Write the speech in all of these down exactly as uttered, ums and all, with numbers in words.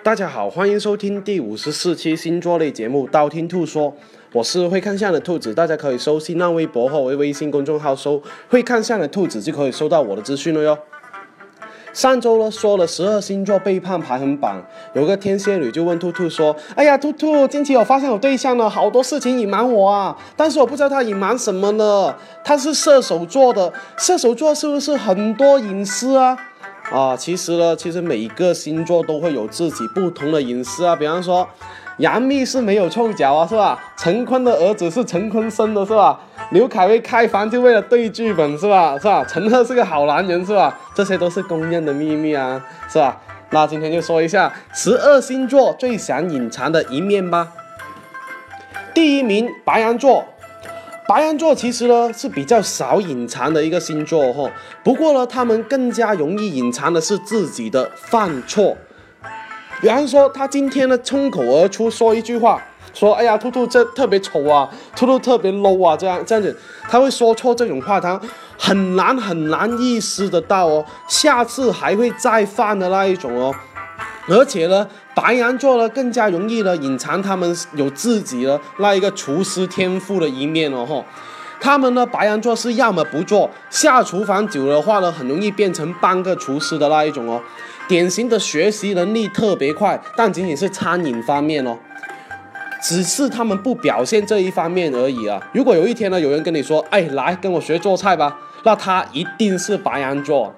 大家好，欢迎收听第五十四期星座类节目《道听途说》，我是会看相的兔子，大家可以搜新浪微博或微信公众号搜会看相的兔子就可以收到我的资讯了哟。上周呢说了十二星座背叛排行榜，有个天蝎女就问兔兔说：哎呀，兔兔，近期我发现有对象了，好多事情隐瞒我啊，但是我不知道他隐瞒什么呢？他是射手座的，射手座是不是很多隐私啊？啊，其实呢，其实每一个星座都会有自己不同的隐私啊。比方说，杨幂是没有臭脚啊，是吧？陈坤的儿子是陈坤生的，是吧？刘恺威开房就为了对剧本，是吧？是吧？陈赫是个好男人，是吧？这些都是公认的秘密啊，是吧？那今天就说一下十二星座最想隐藏的一面吧。第一名，白羊座。白羊座其实呢是比较少隐藏的一个星座哦，不过呢，他们更加容易隐藏的是自己的犯错。比方说，他今天呢冲口而出说一句话，说：“哎呀，兔兔这特别丑啊，兔兔特别 low 啊，这样这样子，他会说错这种话，他很难很难意识得到哦，下次还会再犯的那一种哦。”而且呢，白羊座呢更加容易呢隐藏他们有自己的那一个厨师天赋的一面哦吼。他们呢白羊座是要么不做，下厨房久的话呢，很容易变成半个厨师的那一种哦。典型的学习能力特别快，但仅仅是餐饮方面哦，只是他们不表现这一方面而已啊。如果有一天呢，有人跟你说：“哎，来跟我学做菜吧”，那他一定是白羊座。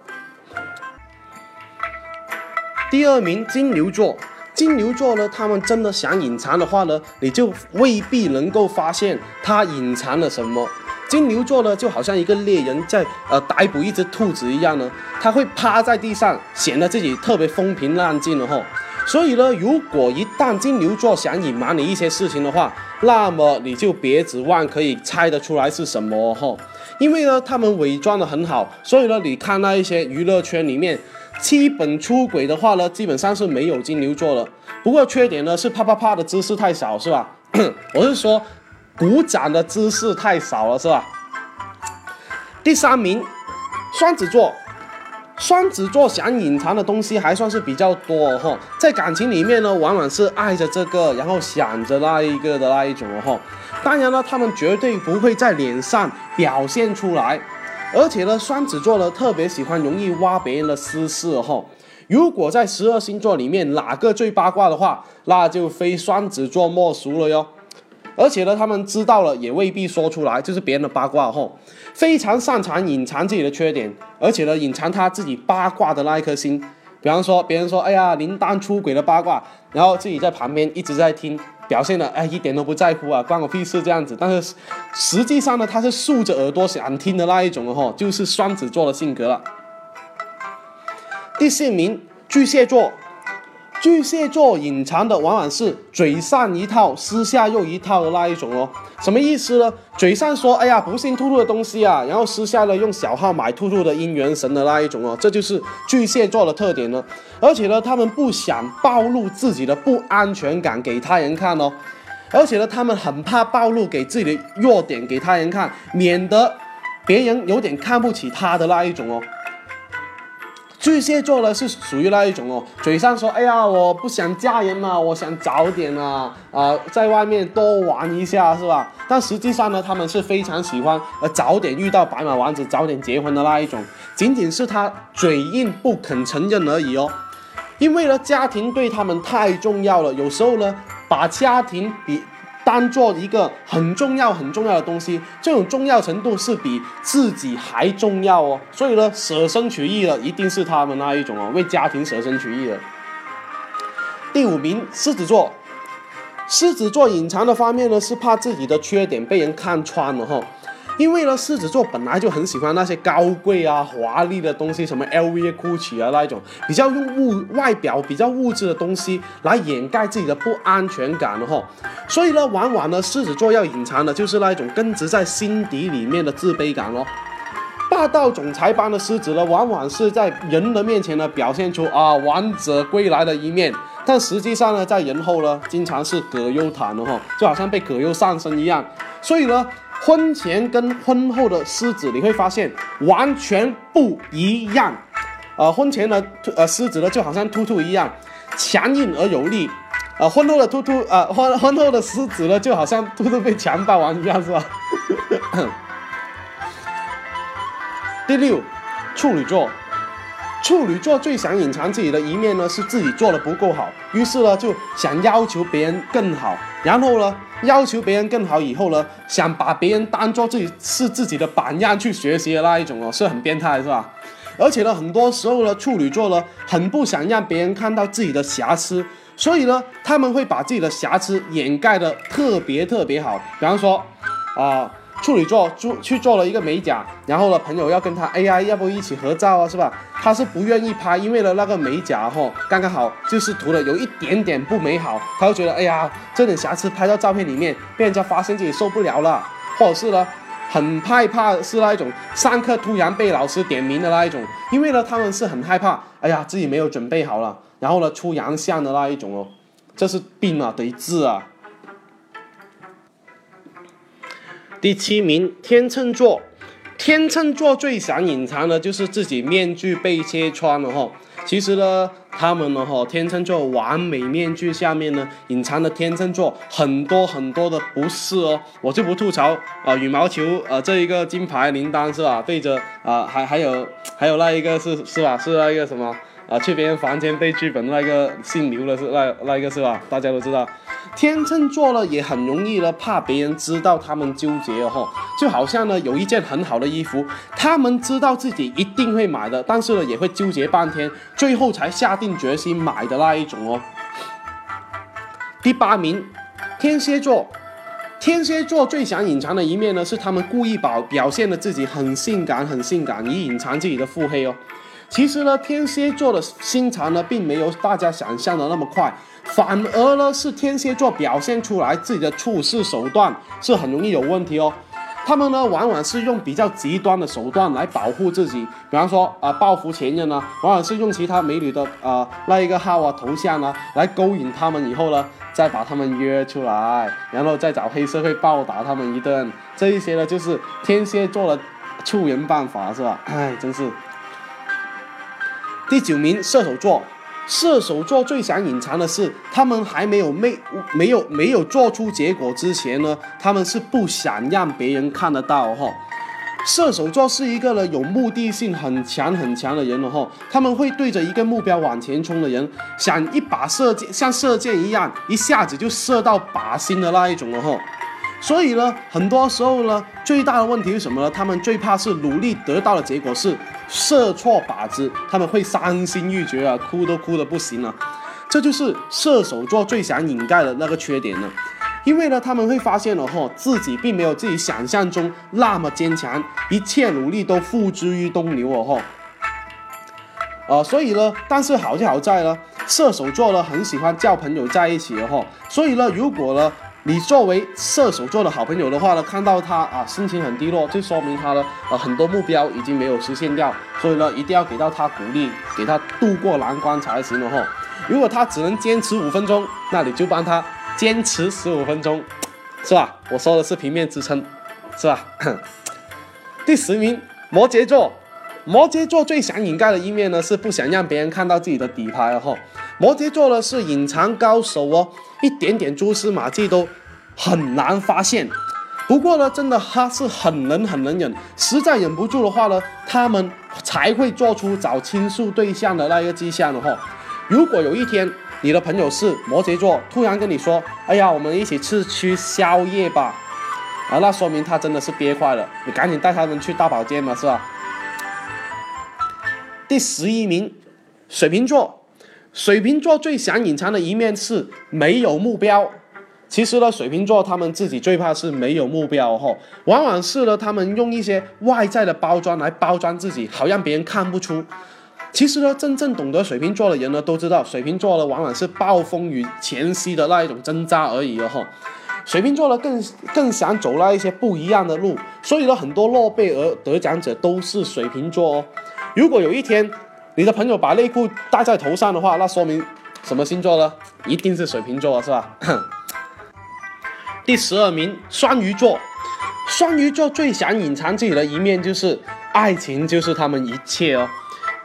第二名，金牛座。金牛座呢，他们真的想隐藏的话呢，你就未必能够发现他隐藏了什么。金牛座呢，就好像一个猎人在呃逮捕一只兔子一样呢，他会趴在地上，显得自己特别风平浪静了吼。所以呢，如果一旦金牛座想隐瞒你一些事情的话，那么你就别指望可以猜得出来是什么吼。因为呢，他们伪装得很好，所以呢，你看那一些娱乐圈里面，基本出轨的话呢，基本上是没有金牛座的。不过缺点呢是啪啪啪的姿势太少，是吧？我是说鼓掌的姿势太少了，是吧？第三名，双子座。双子座想隐藏的东西还算是比较多哈、哦，在感情里面呢，往往是爱着这个，然后想着那一个的那一种哈、哦。当然了，他们绝对不会在脸上表现出来。而且呢，双子座呢特别喜欢容易挖别人的私事哈。如果在十二星座里面哪个最八卦的话，那就非双子座莫属了哟。而且呢，他们知道了也未必说出来，就是别人的八卦吼，非常擅长隐藏自己的缺点，而且呢，隐藏他自己八卦的那一颗心。比方说，别人说：“哎呀，林丹出轨的八卦”，然后自己在旁边一直在听，表现的哎一点都不在乎啊，关我屁事这样子。但是实际上呢，他是竖着耳朵想听的那一种哦，就是双子座的性格了。第四名，巨蟹座。巨蟹座隐藏的往往是嘴上一套，私下又一套的那一种哦。什么意思呢？嘴上说哎呀不信兔兔的东西啊，然后私下呢用小号买兔兔的姻缘神的那一种哦，这就是巨蟹座的特点呢。而且呢，他们不想暴露自己的不安全感给他人看哦，而且呢，他们很怕暴露给自己的弱点给他人看，免得别人有点看不起他的那一种哦。巨蟹座呢是属于那一种哦，嘴上说哎呀我不想嫁人啊，我想早点啊啊、呃、在外面多玩一下是吧？但实际上呢，他们是非常喜欢呃早点遇到白马王子，早点结婚的那一种，仅仅是他嘴硬不肯承认而已哦。因为呢，家庭对他们太重要了，有时候呢，把家庭比当做一个很重要很重要的东西，这种重要程度是比自己还重要哦。所以呢，舍身取义了，一定是他们那一种哦，为家庭舍身取义了。第五名，狮子座。狮子座隐藏的方面呢，是怕自己的缺点被人看穿了哈。因为呢，狮子座本来就很喜欢那些高贵啊、华丽的东西，什么 L V、Gucci 啊那一种，比较用物外表比较物质的东西来掩盖自己的不安全感的哈。所以呢，往往呢，狮子座要隐藏的就是那一种根植在心底里面的自卑感哦。霸道总裁般的狮子呢，往往是在人的面前呢表现出啊王者归来的一面，但实际上呢，在人后呢，经常是葛优躺的哈，就好像被葛优上身一样。所以呢，婚前跟婚后的狮子你会发现完全不一样呃，婚前的呃狮子呢就好像兔兔一样，强硬而有力。呃，婚后的兔兔，呃，婚婚后的狮子呢就好像兔兔被强暴完一样，是吧？第六，处女座。处女座最想隐藏自己的一面呢，是自己做的不够好，于是呢就想要求别人更好，然后呢要求别人更好以后呢，想把别人当做自己是自己的榜样去学习的那一种哦，是很变态，是吧？而且呢，很多时候呢，处女座呢很不想让别人看到自己的瑕疵，所以呢，他们会把自己的瑕疵掩盖的特别特别好。比方说，啊、呃。处女座去做了一个美甲，然后呢，朋友要跟他，哎呀，要不一起合照啊，是吧？他是不愿意拍，因为呢，那个美甲哈，刚刚好就是涂的有一点点不美好，他就觉得，哎呀，这点瑕疵拍到照片里面，被人家发现自己受不了了，或者是呢，很害怕是那一种上课突然被老师点名的那一种，因为呢，他们是很害怕，哎呀，自己没有准备好了，然后呢，出洋相的那一种哦，这是病啊，得治啊。第七名，天秤座。天秤座最想隐藏的就是自己面具被揭穿了哈。其实呢，他们呢哈，天秤座完美面具下面呢，隐藏的天秤座很多很多的不是哦。我就不吐槽啊、呃，羽毛球呃这一个金牌铃铛是吧？背着啊、呃，还还有还有那一个是是吧？是那一个什么啊、呃？去别人房间背剧本那个姓刘的是那那一个是吧？大家都知道。天秤座呢也很容易呢怕别人知道他们纠结哦，就好像呢有一件很好的衣服，他们知道自己一定会买的，但是呢也会纠结半天，最后才下定决心买的那一种哦。第八名，天蝎座。天蝎座最想隐藏的一面呢，是他们故意表表现的自己很性感很性感，以隐藏自己的腹黑哦。其实呢，天蝎座的心肠呢，并没有大家想象的那么快，反而呢是天蝎座表现出来自己的处事手段是很容易有问题哦。他们呢，往往是用比较极端的手段来保护自己，比方说啊、呃，报复前任呢，往往是用其他美女的啊、呃、那一个号啊头像啊来勾引他们，以后呢再把他们约出来，然后再找黑社会暴打他们一顿。这一些呢，就是天蝎座的处人办法，是吧？哎，真是。第九名，射手座。射手座最想隐藏的是，他们还没有没没有没有做出结果之前呢，他们是不想让别人看得到哈。射手座是一个呢有目的性很强很强的人了哈，他们会对着一个目标往前冲的人，想一把射箭像射箭一样，一下子就射到靶心的那一种了哈。所以呢，很多时候呢，最大的问题是什么呢？他们最怕是努力得到的结果是射错靶子，他们会伤心欲绝啊，哭都哭得不行了。这就是射手座最想掩盖的那个缺点呢。因为呢，他们会发现了哈，自己并没有自己想象中那么坚强，一切努力都付之于东流哦哈。呃，所以呢，但是好就好在呢，射手座呢很喜欢叫朋友在一起的哈，所以呢，如果呢，你作为射手座的好朋友的话呢，看到他啊心情很低落，就说明他的呃很多目标已经没有实现掉，所以呢一定要给到他鼓励，给他渡过难关才行了哈。如果他只能坚持五分钟，那你就帮他坚持十五分钟，是吧？我说的是平面支撑，是吧？第十名，摩羯座。摩羯座最想掩盖的一面呢，是不想让别人看到自己的底牌了哈。摩羯座呢是隐藏高手哦，一点点蛛丝马迹都很难发现。不过呢，真的他是很能很能忍，实在忍不住的话呢，他们才会做出找倾诉对象的那个迹象的哈。如果有一天你的朋友是摩羯座，突然跟你说：“哎呀，我们一起吃吃宵夜吧。”啊，那说明他真的是憋坏了，你赶紧带他们去大保健嘛，是吧？第十一名，水瓶座。水瓶座最想隐藏的一面是没有目标。其实呢，水瓶座他们自己最怕是没有目标哈，往往是呢他们用一些外在的包装来包装自己，好让别人看不出。其实呢，真正懂得水瓶座的人呢，都知道水瓶座呢往往是暴风雨前夕的那一种挣扎而已了哈。水瓶座呢更更想走那一些不一样的路，所以呢，很多诺贝尔得奖者都是水瓶座哦。如果有一天你的朋友把内裤戴在头上的话，那说明什么星座呢？一定是水瓶座，是吧？第十二名，双鱼座。双鱼座最想隐藏自己的一面就是爱情就是他们一切哦。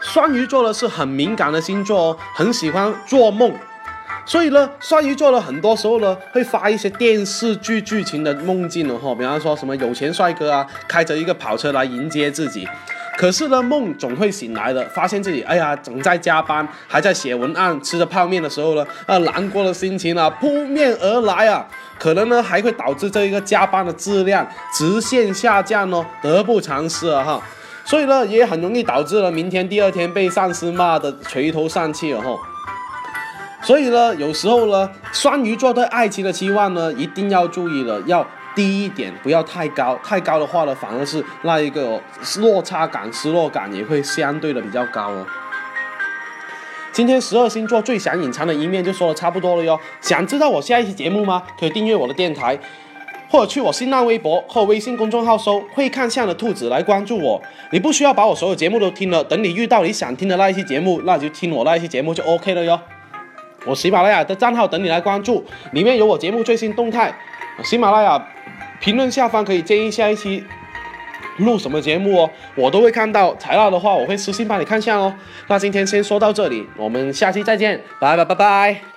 双鱼座呢是很敏感的星座哦，很喜欢做梦。所以呢，双鱼座呢，很多时候呢会发一些电视剧剧情的梦境哦，哈，比方说什么有钱帅哥啊，开着一个跑车来迎接自己。可是呢，梦总会醒来的，发现自己哎呀，正在加班，还在写文案，吃着泡面的时候呢，啊，难过的心情啊扑面而来啊，可能呢还会导致这一个加班的质量直线下降哦，得不偿失啊哈。所以呢，也很容易导致了明天第二天被上司骂的垂头丧气了哈。所以呢，有时候呢，双鱼座对爱情的期望呢，一定要注意了，要低一点，不要太高。太高的话呢，反而是那一个落差感、失落感也会相对的比较高哦。今天十二星座最想隐藏的一面就说的差不多了哟。想知道我下一期节目吗？可以订阅我的电台，或者去我新浪微博或微信公众号搜会看相的兔子来关注我。你不需要把我所有节目都听了，等你遇到你想听的那一期节目，那就听我那一期节目就 OK 了哟。我喜马拉雅的账号等你来关注，里面有我节目最新动态。喜马拉雅评论下方可以建议下一期录什么节目哦，我都会看到。材料的话，我会私信帮你看下哦。那今天先说到这里，我们下期再见，拜拜拜拜。